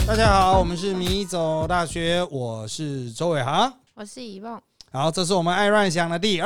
大家好，我们是迷走大学，我是周伟航， 我是以梦。 好，这是我们爱乱想的第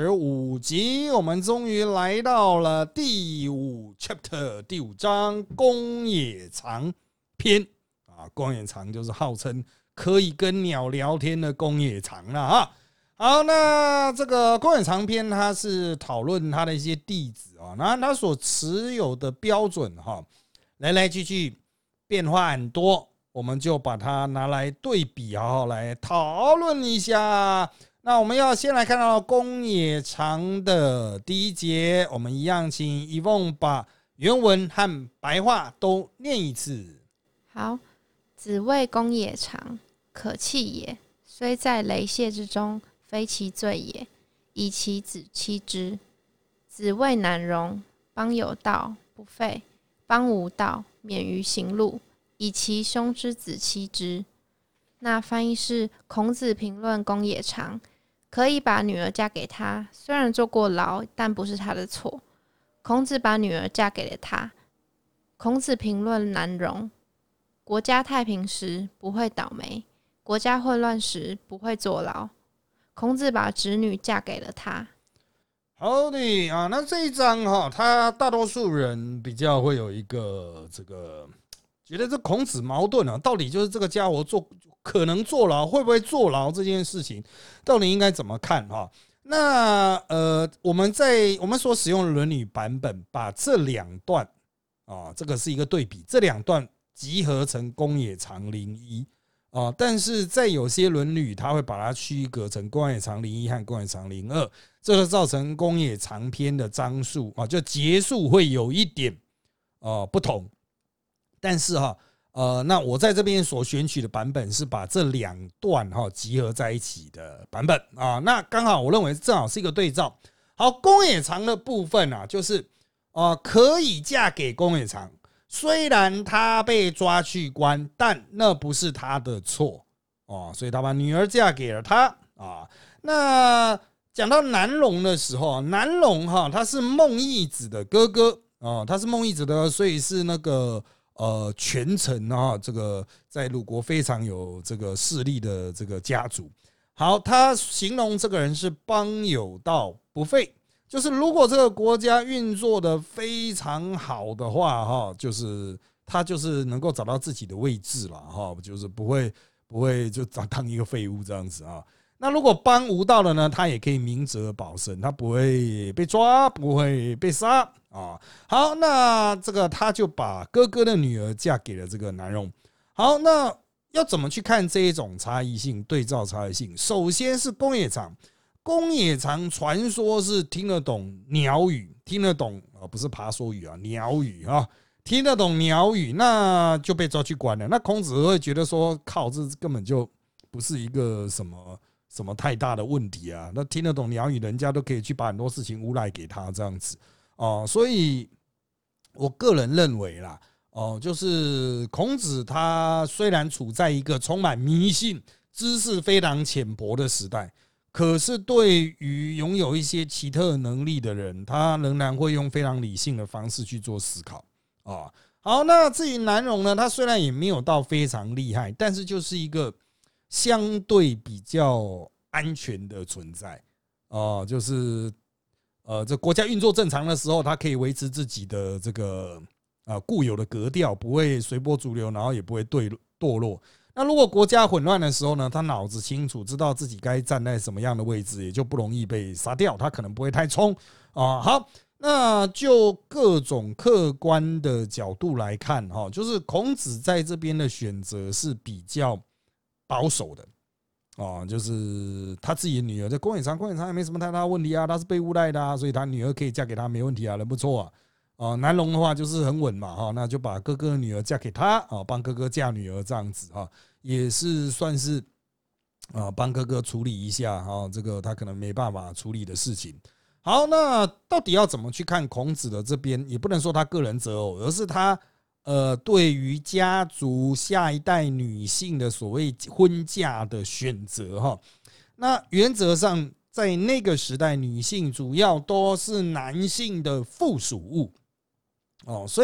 25集，我们终于来到了第5 chapter 第5章公野长篇啊，公野长就是号称可以跟鸟聊天的公野长了啊。好，那这个公野长篇它是讨论它的一些弟子啊，那它所持有的标准哈，来来去去变化很多，我们就把它拿来对比，好好来讨论一下。那我们要先来看到公野长的第1节，我们一样请一凤把原文和白话都念一次。 好，子谓公野长，可弃也，虽在雷泄之中，非其罪也，以其子妻之。子谓难容，邦有道不废，邦无道免于行路，以其兄之子妻之。那翻译是孔子评论公野长，可以把女儿嫁给他，虽然坐过牢，但不是他的错。孔子把女儿嫁给了他。孔子评论难容，国家太平时不会倒霉，国家混乱时不会坐牢。孔子把侄女嫁给了他。 好的啊，那这一章哈，他大多数人比较会有一个觉得这孔子矛盾啊，到底就是这个家伙可能坐牢，会不会坐牢这件事情，到底应该怎么看哈？那我们所使用的论语版本，把这2段啊，这个是一个对比，这2段集合成公野长01啊，但是在有些论语，它会把它区隔成公野长01和公野长02，这就造成公野长篇的章数啊，就结束会有一点不同。但是那我在这边所选取的版本是把这2段集合在一起的版本啊，那刚好我认为正好是一个对照。好，公野长的部分啊，就是可以嫁给公野长。虽然他被抓去关，但那不是他的错所以他把女儿嫁给了他啊。那讲到南龙的时候，南龙他是孟义子的哥哥他是孟义子的，所以是那个权臣这个在鲁国非常有这个势力的这个家族。好，他形容这个人是邦有道不废。就是如果这个国家运作的非常好的话就是他就是能够找到自己的位置了就是不会就当一个废物这样子啊。那如果邦无道的呢，他也可以明哲保身，他不会被抓，不会被杀啊。好，那这个他就把哥哥的女儿嫁给了这个南荣。好，那要怎么去看这一种差异性，对照差异性？首先是公野长。公野长传说是听得懂鸟语，听得懂不是爬梭语鸟语听得懂鸟语，那就被抓去关了。那孔子会觉得说，靠，这根本就不是一个什么太大的问题啊。那听得懂鸟语，人家都可以去把很多事情诬赖给他这样子所以我个人认为啦就是孔子他虽然处在一个充满迷信、知识非常浅薄的时代，可是对于拥有一些奇特能力的人，他仍然会用非常理性的方式去做思考好，那至于南荣呢，他虽然也没有到非常厉害，但是就是一个相对比较安全的存在就是这国家运作正常的时候，他可以维持自己的这个固有的格调，不会随波逐流，然后也不会堕落。那如果国家混乱的时候呢，他脑子清楚，知道自己该站在什么样的位置，也就不容易被杀掉，他可能不会太冲好，那就各种客观的角度来看就是孔子在这边的选择是比较保守的就是他自己的女儿在公野长也没什么太大问题他是被诬赖的所以他女儿可以嫁给他没问题人不错南龙的话就是很稳嘛那就把哥哥的女儿嫁给他帮哥哥嫁女儿这样子也是算是帮哥哥处理一下这个他可能没办法处理的事情。好，那到底要怎么去看孔子的这边，也不能说他个人择偶，而是他对于家族下一代女性的所谓婚嫁的选择那原则上在那个时代，女性主要都是男性的附属物所以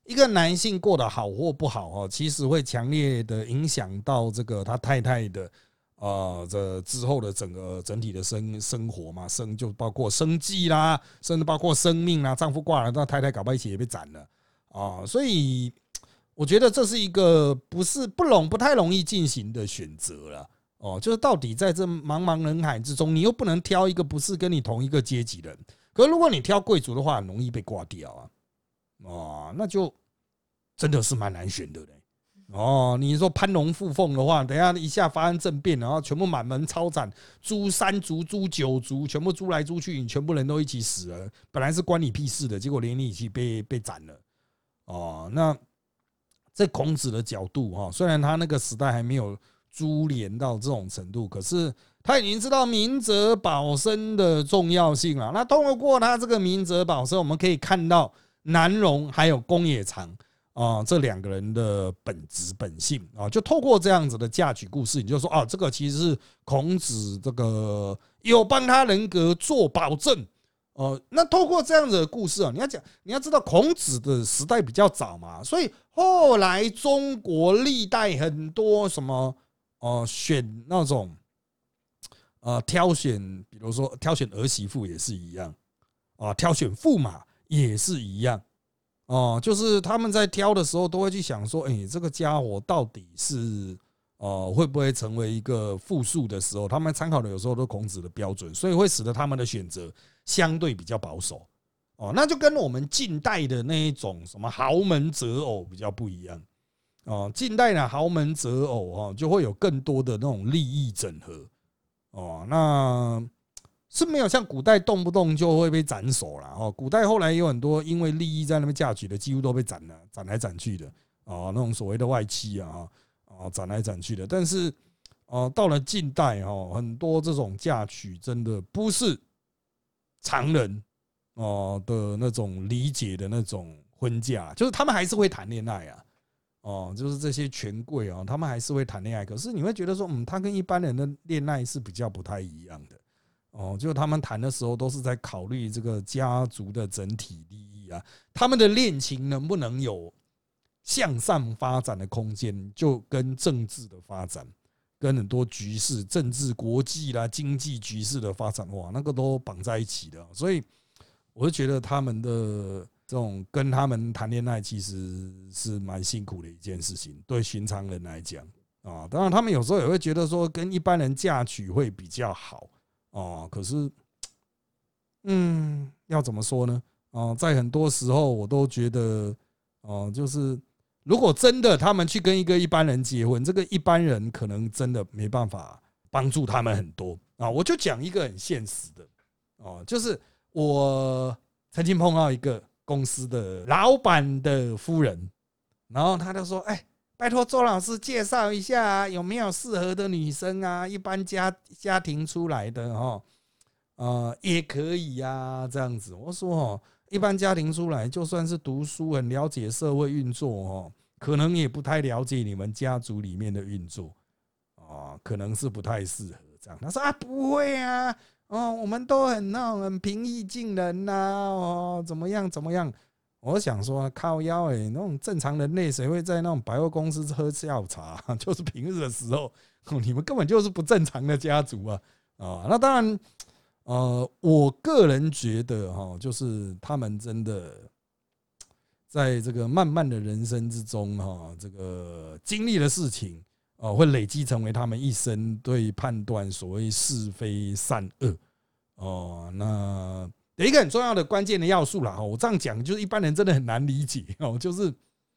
一个男性过得好或不好其实会强烈的影响到这个他太太的这之后的整体的生活嘛，就包括生计啦，甚至包括生命啦，丈夫挂了，那太太搞不好一起也被斩了所以我觉得这是一个不太容易进行的选择了就是到底在这茫茫人海之中，你又不能挑一个不是跟你同一个阶级的人，可是如果你挑贵族的话，很容易被挂掉那就真的是蛮难选的嘞。你说攀龙附凤的话，等一下发生政变，然后全部满门抄斩，诛3族、诛9族，全部诛来诛去，你全部人都一起死了。本来是关你屁事的，结果连你一起被斩了。那在孔子的角度虽然他那个时代还没有株连到这种程度，可是他已经知道明哲保身的重要性了。那通过他这个明哲保身，我们可以看到南荣还有公冶长这两个人的本质本性就透过这样子的嫁娶故事，你就说这个其实是孔子这个有帮他人格做保证那透过这样子的故事你要知道孔子的时代比较早嘛，所以后来中国历代很多什么选那种挑选，比如说挑选儿媳妇也是一样挑选驸马也是一样就是他们在挑的时候都会去想说，这个家伙到底是会不会成为一个富庶的时候，他们参考的有时候都孔子的标准，所以会使得他们的选择相对比较保守那就跟我们近代的那一种什么豪门择偶比较不一样近代的豪门择偶就会有更多的那种利益整合那是没有像古代动不动就会被斩首啦古代后来有很多因为利益在那边嫁娶的，几乎都被斩了，斩来斩去的那种所谓的外妻斩来斩去的。但是到了近代很多这种嫁娶真的不是常人的那种理解的那种婚嫁，就是他们还是会谈恋爱就是这些权贵他们还是会谈恋爱，可是你会觉得说他跟一般人的恋爱是比较不太一样的就他们谈的时候都是在考虑这个家族的整体利益他们的恋情能不能有向上发展的空间，就跟政治的发展，跟很多局势、政治、国际啦、经济局势的发展，那个都绑在一起的。所以我就觉得他们的这种跟他们谈恋爱，其实是蛮辛苦的一件事情，对寻常人来讲当然他们有时候也会觉得说，跟一般人嫁娶会比较好可是要怎么说呢在很多时候我都觉得就是如果真的他们去跟一个一般人结婚，这个一般人可能真的没办法帮助他们很多我就讲一个很现实的就是我曾经碰到一个公司的老板的夫人，然后他就说拜托周老师介绍一下有没有适合的女生一般家庭出来的也可以这样子。我说一般家庭出来，就算是读书很了解社会运作可能也不太了解你们家族里面的运作可能是不太适合这样。他说不会我们都很平易近人怎么样怎么样。我想说靠腰那种正常人类谁会在那种百货公司喝下午茶就是平日的时候你们根本就是不正常的家族那当然我个人觉得就是他们真的在这个漫漫的人生之中这个经历的事情会累积成为他们一生对判断所谓是非善恶那有一个很重要的关键的要素啦我这样讲就是一般人真的很难理解就是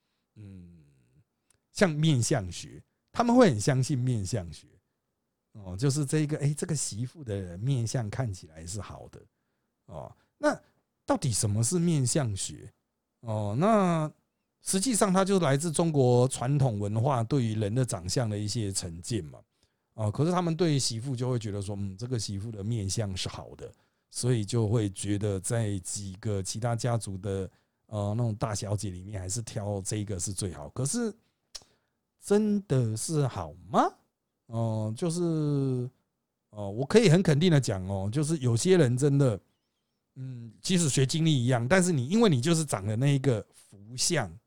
像面相学，他们会很相信面相学就是这个媳妇的面相看起来是好的那到底什么是面相学那实际上它就来自中国传统文化对于人的长相的一些成见嘛可是他们对于媳妇就会觉得说这个媳妇的面相是好的，所以就会觉得在几个其他家族的那种大小姐里面还是挑这个是最好。可是真的是好吗就是我可以很肯定的讲就是有些人真的其实学经历一样，但是因为你就是长的那一个福相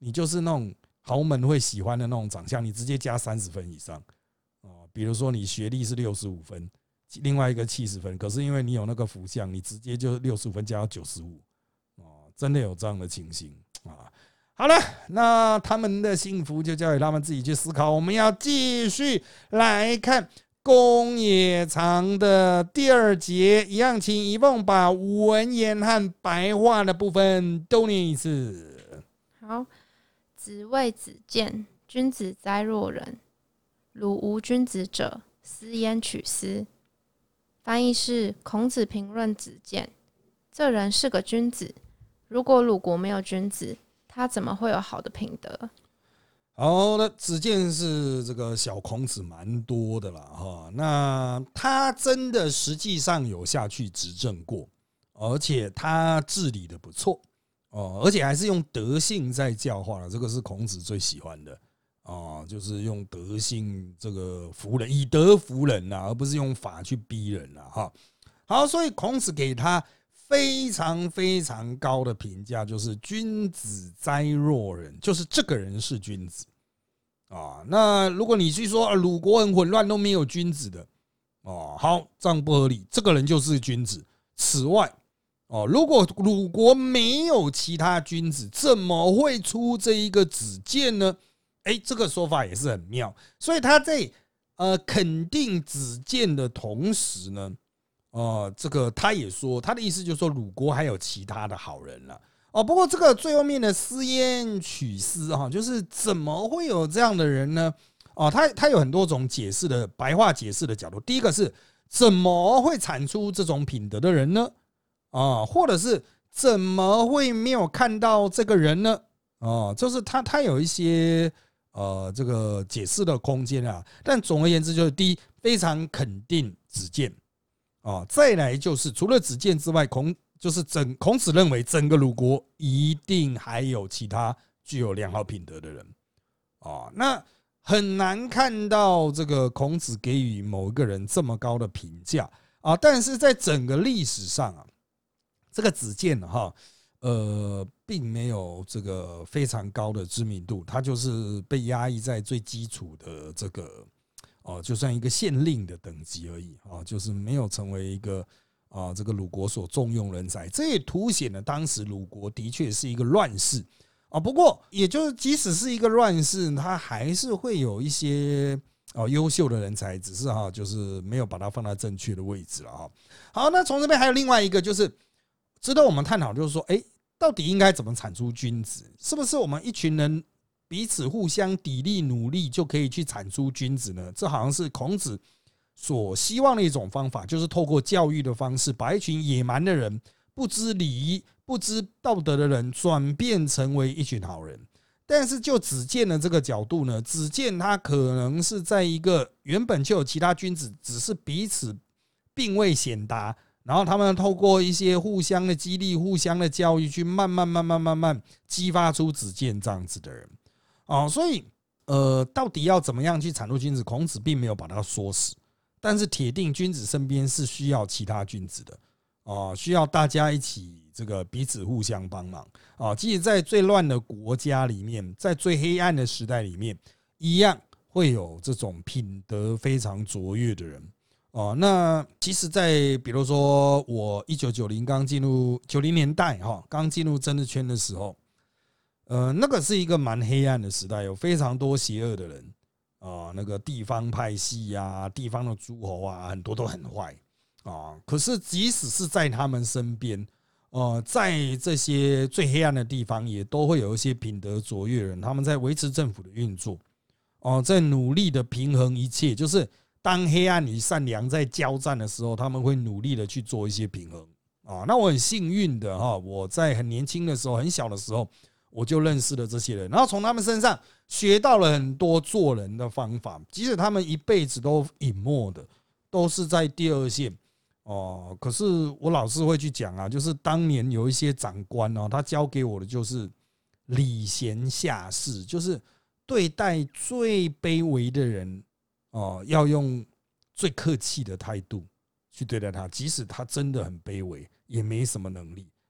你就是那种豪门会喜欢的那种长相，你直接加30分以上比如说你学历是65分，另外一个70分，可是因为你有那个福相，你直接就65分加到95真的有这样的情形啊。好了，那他们的幸福就交给他们自己去思考。我们要继续来看宫野长的第2节，一样，请一凤把文言和白话的部分都念一次。 好，子谓子建，君子哉若人！汝无君子者，斯焉取斯？翻译是：孔子评论子建，这人是个君子。如果鲁国没有君子，他怎么会有好的品德？ 好的，子建是这个小孔子蛮多的啦哈。那他真的实际上有下去执政过，而且他治理的不错而且还是用德性在教化了，这个是孔子最喜欢的就是用德性这个服人，以德服人而不是用法去逼人哈。好，所以孔子给他非常非常高的评价，就是君子哉若人，就是这个人是君子那如果你去说鲁国很混乱都没有君子的好，这样不合理，这个人就是君子。此外如果鲁国没有其他君子，怎么会出这一个子建呢？这个说法也是很妙。所以他在肯定子建的同时呢这个他也说，他的意思就是说鲁国还有其他的好人了不过这个最后面的斯焉取斯就是怎么会有这样的人呢他有很多种解释的白话解释的角度。第一个是怎么会产出这种品德的人呢或者是怎么会没有看到这个人呢就是他有一些这个解释的空间但总而言之就是第一，非常肯定子建再来就是除了子建之外，孔子认为整个鲁国一定还有其他具有良好品德的人那很难看到这个孔子给予某一个人这么高的评价但是在整个历史上这个子建并没有这个非常高的知名度，他就是被压抑在最基础的这个就算一个县令的等级而已就是没有成为一个这个鲁国所重用人才。这也凸显了当时鲁国的确是一个乱世不过也就是即使是一个乱世，他还是会有一些优秀的人才，只是就是没有把它放在正确的位置了好，那从这边还有另外一个就是值得我们探讨，就是说到底应该怎么产出君子？是不是我们一群人彼此互相砥砺努力就可以去产出君子呢？这好像是孔子所希望的一种方法，就是透过教育的方式，把一群野蛮的人、不知礼仪、不知道德的人转变成为一群好人。但是就子建的这个角度呢，子建他可能是在一个原本就有其他君子，只是彼此并未显达，然后他们透过一些互相的激励、互相的教育，去慢慢激发出子建这样子的人所以到底要怎么样去产出君子，孔子并没有把它说死，但是铁定君子身边是需要其他君子的需要大家一起这个彼此互相帮忙即使在最乱的国家里面，在最黑暗的时代里面，一样会有这种品德非常卓越的人那其实在比如说我1990刚进入90年代刚进入政治圈的时候那个是一个蛮黑暗的时代，有非常多邪恶的人那个地方派系地方的诸侯很多都很坏可是即使是在他们身边在这些最黑暗的地方，也都会有一些品德卓越的人，他们在维持政府的运作在努力的平衡一切，就是当黑暗与善良在交战的时候，他们会努力的去做一些平衡那我很幸运的我在很年轻的时候，很小的时候，我就认识了这些人，然后从他们身上学到了很多做人的方法，即使他们一辈子都隐没的，都是在第二线可是我老是会去讲就是当年有一些长官他教给我的就是礼贤下士，就是对待最卑微的人要用最客气的态度去对待他，即使他真的很卑微，也没什么能力，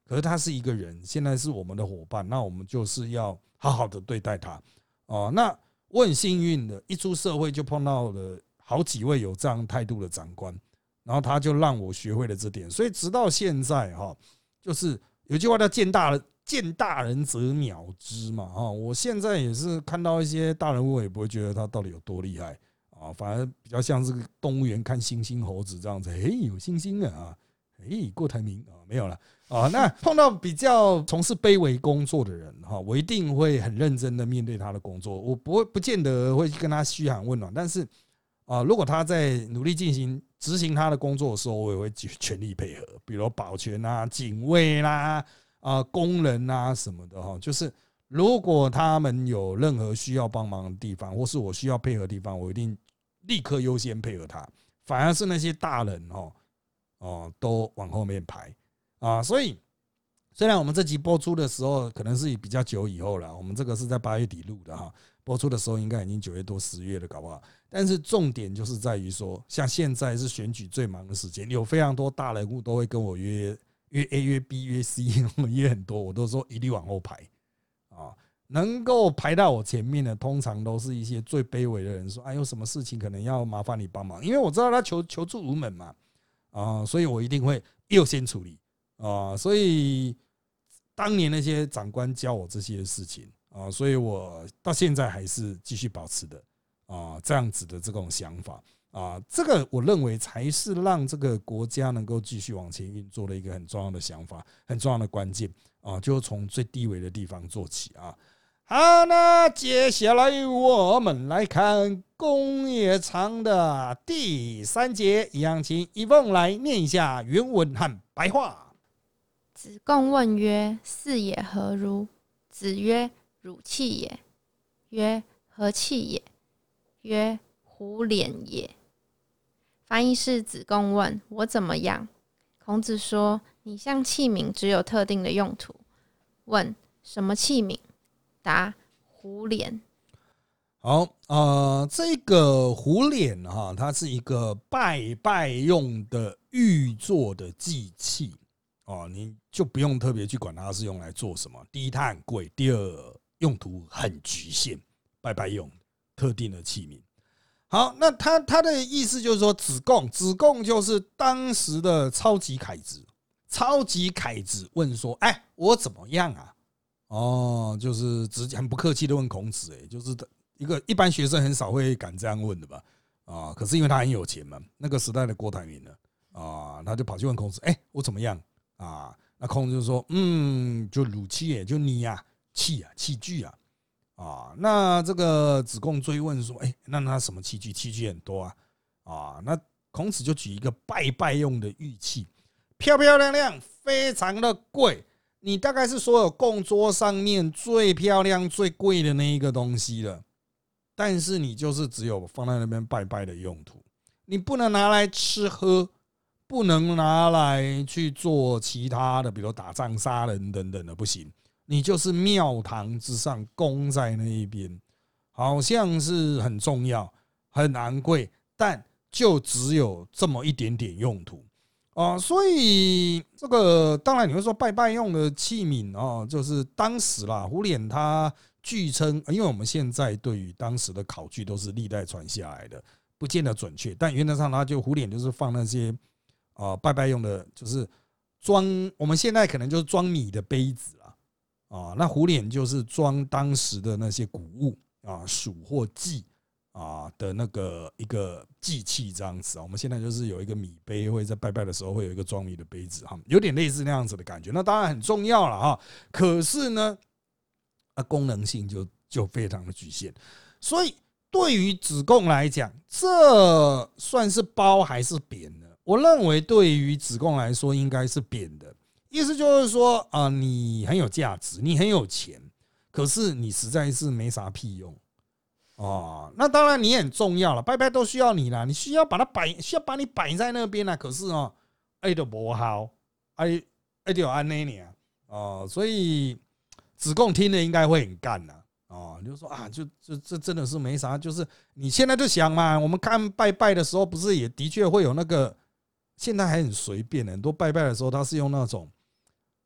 可是他是一个人，现在是我们的伙伴，那我们就是要好好的对待他哦。那我很幸运的，一出社会就碰到了好几位有这样态度的长官，然后他就让我学会了这点，所以直到现在哈，就是有句话叫见大人则秒之嘛哈。我现在也是看到一些大人物，我也不会觉得他到底有多厉害啊，反而比较像是动物园看猩猩猴子这样子，嘿，有猩猩啊，嘿，郭台铭啊，没有了啊。那碰到比较从事卑微工作的人哈，我一定会很认真的面对他的工作，我不见得会跟他嘘寒问暖，但是啊，如果他在努力执行他的工作的时候，我也会全力配合，比如保全啊、警卫啦、工人啊什么的哈。就是如果他们有任何需要帮忙的地方，或是我需要配合的地方，我一定立刻优先配合他。反而是那些大人都往后面排啊。所以虽然我们这集播出的时候可能是比较久以后了，我们这个是在8月底录的哈，播出的时候应该已经9月多10月了，搞不好。但是重点就是在于说，像现在是选举最忙的时间，有非常多大人物都会跟我约 A 约 B 约 C 约很多，我都说一律往后排啊。能够排到我前面的，通常都是一些最卑微的人，说有什么事情可能要麻烦你帮忙，因为我知道他求助无门嘛所以我一定会优先处理所以当年那些长官教我这些事情所以我到现在还是继续保持的这样子的这种想法这个我认为才是让这个国家能够继续往前运作的一个很重要的想法，很重要的关键就从最低微的地方做起好，那接下来我们来看工业厂的第3节，一样请一凤来念一下原文和白话。 子贡问曰：是也何如？子曰：汝气也。曰：何气也？曰：虎脸也。翻译是：子贡问我怎么样？孔子说：你像器皿只有特定的用途。问什么器皿？答：虎脸。 好，这个虎脸它是一个拜用的玉做的祭器你就不用特别去管它是用来做什么。第一，它很贵；第二，用途很局限，拜用特定的器皿。好，那他的意思就是说，子贡就是当时的超级凯子。超级凯子问说：我怎么样啊？就是直接很不客气的问孔子，就是一般学生很少会敢这样问的吧？可是因为他很有钱嘛，那个时代的郭台铭呢，他就跑去问孔子：我怎么样那孔子就说：就汝气也，就你器具那这个子贡追问说：那他什么器具？器具很多那孔子就举一个拜用的玉器，漂漂亮亮，非常的贵。你大概是所有供桌上面最漂亮、最贵的那一个东西了，但是你就是只有放在那边拜的用途，你不能拿来吃喝，不能拿来去做其他的，比如打仗、杀人等等的，不行。你就是庙堂之上供在那一边，好像是很重要、很昂贵，但就只有这么一点点用途。所以这个当然你会说拜用的器皿就是当时啦，虎脸它据称，因为我们现在对于当时的考据都是历代传下来的，不见得准确，但原则上它就虎脸就是放那些拜用的，就是我们现在可能就是装米的杯子啦那虎脸就是装当时的那些谷物黍或稷的那个一个祭器这样子我们现在就是有一个米杯，会在拜的时候会有一个装米的杯子有点类似那样子的感觉。那当然很重要了可是呢，功能性就非常的局限。所以对于子贡来讲，这算是褒还是贬呢？我认为对于子贡来说应该是贬的，意思就是说你很有价值，你很有钱，可是你实在是没啥屁用。那当然你很重要了，拜都需要你啦，你需要把你摆在那边啦。可是就不好，就有安那样所以子贡听了应该会很干啦。就说这真的是没啥，就是你现在就想嘛，我们看拜的时候，不是也的确会有那个，现在还很随便，很多拜的时候他是用那种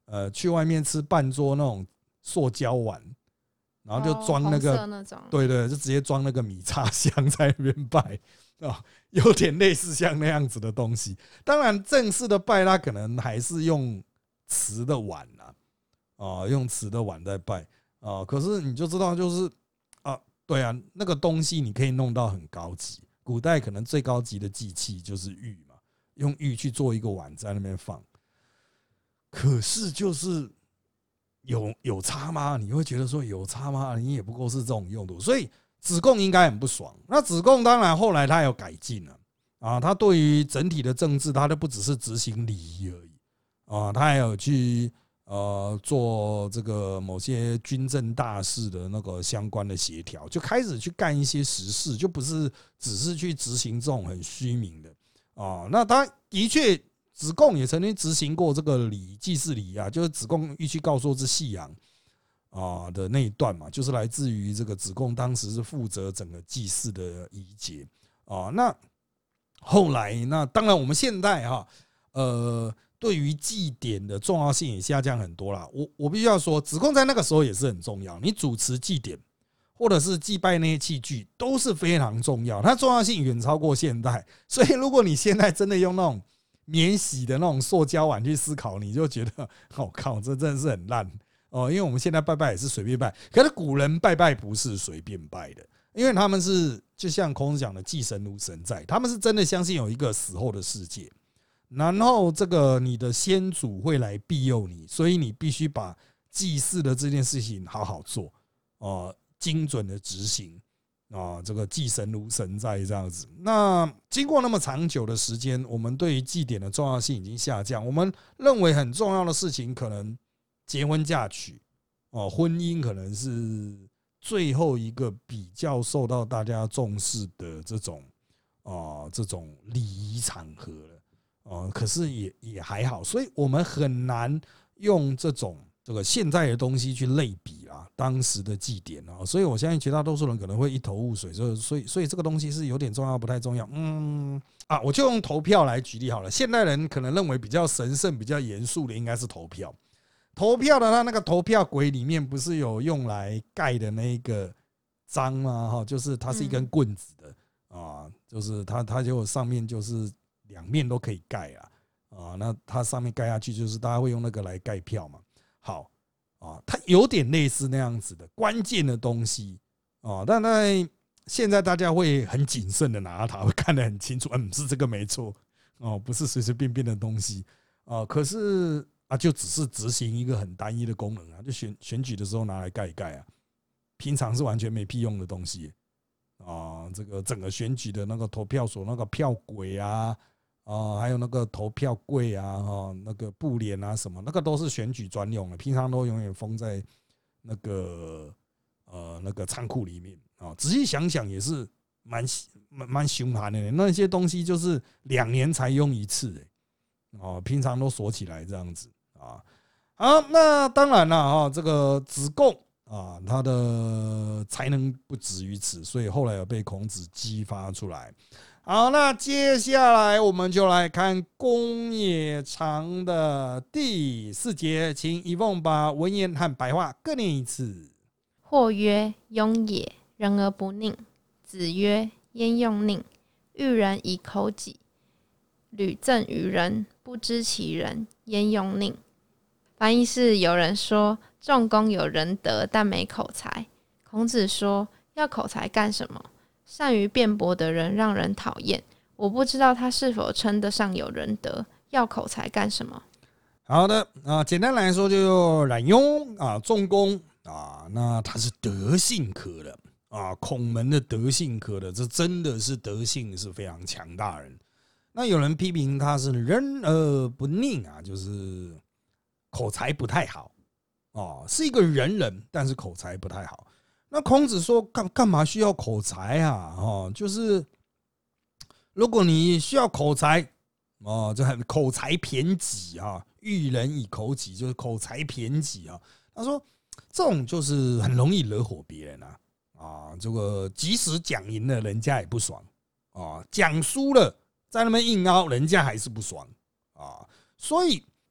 去外面吃半桌那种塑胶碗，然后就装那个，对对，就直接装那个米插香在那边拜啊，有点类似像那样子的东西。当然，正式的拜他可能还是用瓷的碗用瓷的碗在拜啊。可是你就知道，就是对啊，那个东西你可以弄到很高级。古代可能最高级的祭器就是玉嘛，用玉去做一个碗在那边放。可是就是有差吗？你会觉得说有差吗？你也不过是这种用途，所以子贡应该很不爽。那子贡当然后来他有改进了他对于整体的政治，他都不只是执行礼仪而已他还有去做这个某些军政大事的那个相关的协调，就开始去干一些实事，就不是只是去执行这种很虚名的那他的确，子贡也曾经执行过这个祭祀礼就是子贡欲去告说之夕阳的那一段嘛，就是来自于这个子贡当时是负责整个祭祀的仪节那后来那当然我们现在对于祭典的重要性也下降很多啦。我必须要说，子贡在那个时候也是很重要。你主持祭典或者是祭拜那些器具都是非常重要，它重要性远超过现代。所以如果你现在真的用那种免洗的那种塑胶碗去思考，你就觉得靠，这真的是很烂因为我们现在拜拜也是随便拜，可是古人拜拜不是随便拜的，因为他们是就像孔子讲的祭神如神在，他们是真的相信有一个死后的世界。然后这个你的先祖会来庇佑你，所以你必须把祭祀的这件事情好好做精准的执行这个祭神如神在这样子。那经过那么长久的时间，我们对于祭典的重要性已经下降。我们认为很重要的事情，可能结婚嫁娶婚姻可能是最后一个比较受到大家重视的这种礼仪场合了。可是也还好，所以我们很难用这个现在的东西去类比当时的祭典所以我相信绝大多数人可能会一头雾水，所以这个东西是有点重要不太重要。我就用投票来举例好了。现代人可能认为比较神圣、比较严肃的应该是投票。投票的他那个投票轨里面不是有用来盖的那个章吗？就是它是一根棍子的就是它就上面就是两面都可以盖那它上面盖下去就是大家会用那个来盖票嘛。好它有点类似那样子的关键的东西但现在大家会很谨慎的拿它，会看得很清楚，是这个没错不是随随便便的东西可是就只是执行一个很单一的功能就选举的时候拿来盖一盖平常是完全没屁用的东西这个整个选举的那个投票所那个票轨还有那个投票柜那个布帘什么，那个都是选举专用的，平常都永远封在那个仓库里面仔细想想也是蛮凶悍的，那些东西就是2年才用一次平常都锁起来这样子好，那当然了这个子贡他的才能不止于此，所以后来有被孔子激发出来。好，那接下来我们就来看公冶长的第4节，请一凤把文言和白话各念一次。 或曰：庸也，人而不佞。子曰：焉用佞？欲人以口己，屡赠于人，不知其人，焉用佞？翻译是：有人说仲弓有仁德，但没口才。孔子说：要口才干什么？善于辩驳的人让人讨厌，我不知道他是否称得上有仁德，要口才干什么？ 好的简单来说就冉雍仲弓那他是德性可的孔门的德性可的，这真的是德性是非常强大的人。那有人批评他是人而不佞就是口才不太好是一个人，但是口才不太好。那孔子说干嘛需要口才就是如果你需要口才就很口才偏己欲人以口己，就是口才偏己他说这种就是很容易惹火别人这个即使讲赢了人家也不爽讲输了在那边硬凹人家还是不爽所以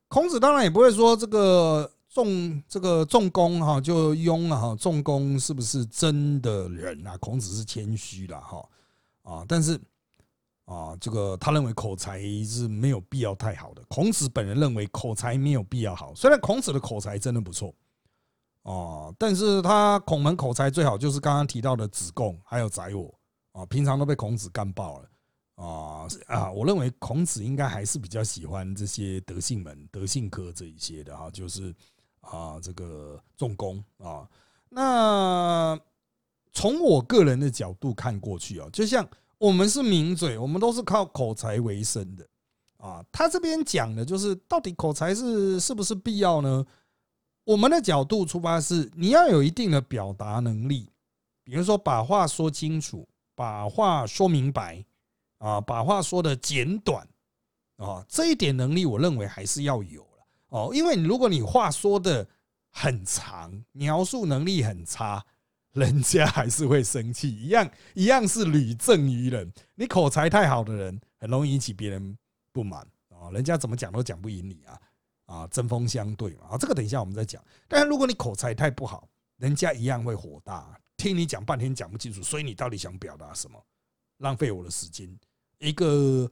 孔子当然也不会说这个仲弓哈就庸啊哈，仲弓是不是真的人啊？孔子是谦虚啦哈但是这个他认为口才是没有必要太好的。孔子本人认为口才没有必要好，虽然孔子的口才真的不错但是他孔门口才最好就是刚刚提到的子贡还有宰我平常都被孔子干爆了。我认为孔子应该还是比较喜欢这些德性门、德性科这一些的就是这个仲弓那从我个人的角度看过去就像我们是名嘴，我们都是靠口才为生的他这边讲的就是到底口才是不是必要呢？我们的角度出发是你要有一定的表达能力，比如说把话说清楚，把话说明白把话说的简短这一点能力我认为还是要有了因为如果你话说的很长，描述能力很差，人家还是会生气，一样是屡赠于人。你口才太好的人，很容易引起别人不满人家怎么讲都讲不赢你针锋相对嘛这个等一下我们再讲。但是如果你口才太不好，人家一样会火大，听你讲半天讲不清楚，所以你到底想表达什么？浪费我的时间。一个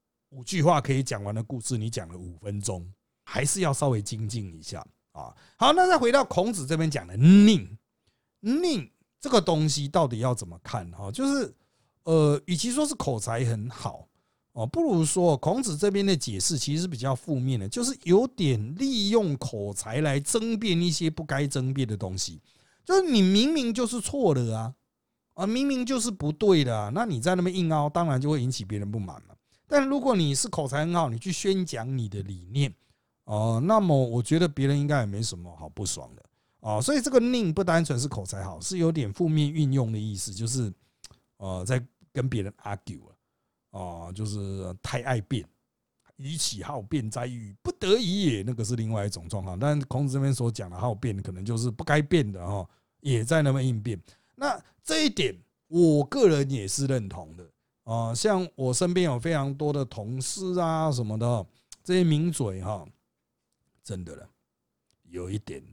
5句话可以讲完的故事，你讲了5分钟，还是要稍微精进一下好，那再回到孔子这边讲的佞这个东西到底要怎么看就是与其说是口才很好不如说孔子这边的解释其实是比较负面的，就是有点利用口才来争辩一些不该争辩的东西，就是你明明就是错的明明就是不对的那你在那边硬凹，当然就会引起别人不满嘛。但如果你是口才很好，你去宣讲你的理念那么我觉得别人应该也没什么好不爽的所以这个佞不单纯是口才好，是有点负面运用的意思，就是在跟别人 argue 就是太爱辩，以其好辩哉于不得已也，那个是另外一种状况。但孔子这边所讲的好辩，可能就是不该辩的也在那么应辩。那这一点，我个人也是认同的像我身边有非常多的同事什么的，这些名嘴真的了，有一点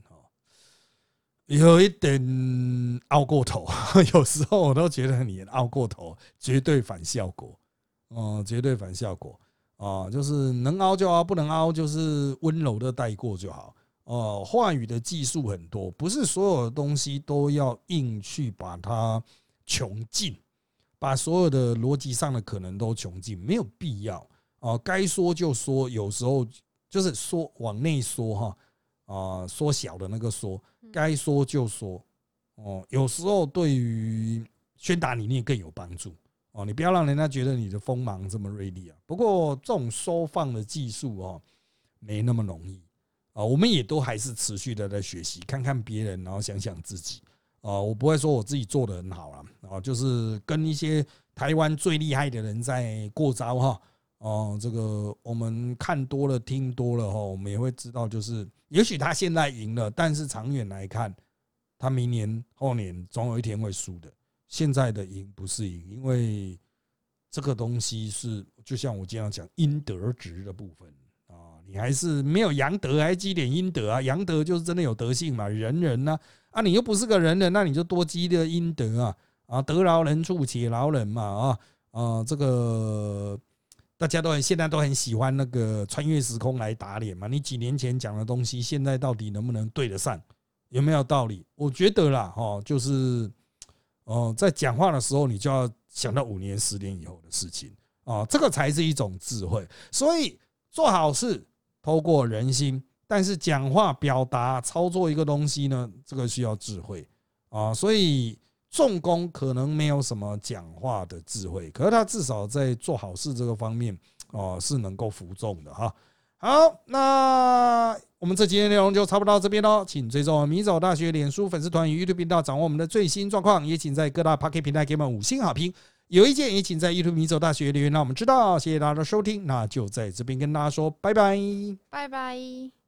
凹过头，有时候我都觉得你凹过头，绝对反效果绝对反效果就是能凹就凹，不能凹就是温柔的带过就好话语的技术很多，不是所有的东西都要硬去把它穷尽，把所有的逻辑上的可能都穷尽，没有必要该说就说，有时候就是说往内说缩小的那个说，该说就说有时候对于宣达理念更有帮助你不要让人家觉得你的锋芒这么锐利不过这种收放的技术没那么容易我们也都还是持续的在学习，看看别人，然后想想自己我不会说我自己做得很好啦就是跟一些台湾最厉害的人在过招这个我们看多了听多了我们也会知道，就是也许他现在赢了，但是长远来看，他明年后年总有一天会输的。现在的赢不是赢，因为这个东西是就像我经常讲阴德值的部分你还是没有阳德，还积点阴德阳德就是真的有德性嘛，仁人你又不是个仁人，那你就多积的阴德得饶人处且饶人嘛这个大家现在都很喜欢那个穿越时空来打脸嘛，你几年前讲的东西，现在到底能不能对得上，有没有道理？我觉得啦就是在讲话的时候，你就要想到5年、10年以后的事情这个才是一种智慧。所以做好事透过人心，但是讲话、表达、操作一个东西呢，这个需要智慧所以仲弓可能没有什么讲话的智慧，可是他至少在做好事这个方面是能够服众的好，那我们这集的内容就差不多到这边咯，请追踪米走大学脸书粉丝团与 YouTube 频道，掌握我们的最新状况，也请在各大 Podcast 平台给我们5星好评，有意见也请在 YouTube 米走大学留言让我们知道。谢谢大家的收听，那就在这边跟大家说拜拜， 拜拜。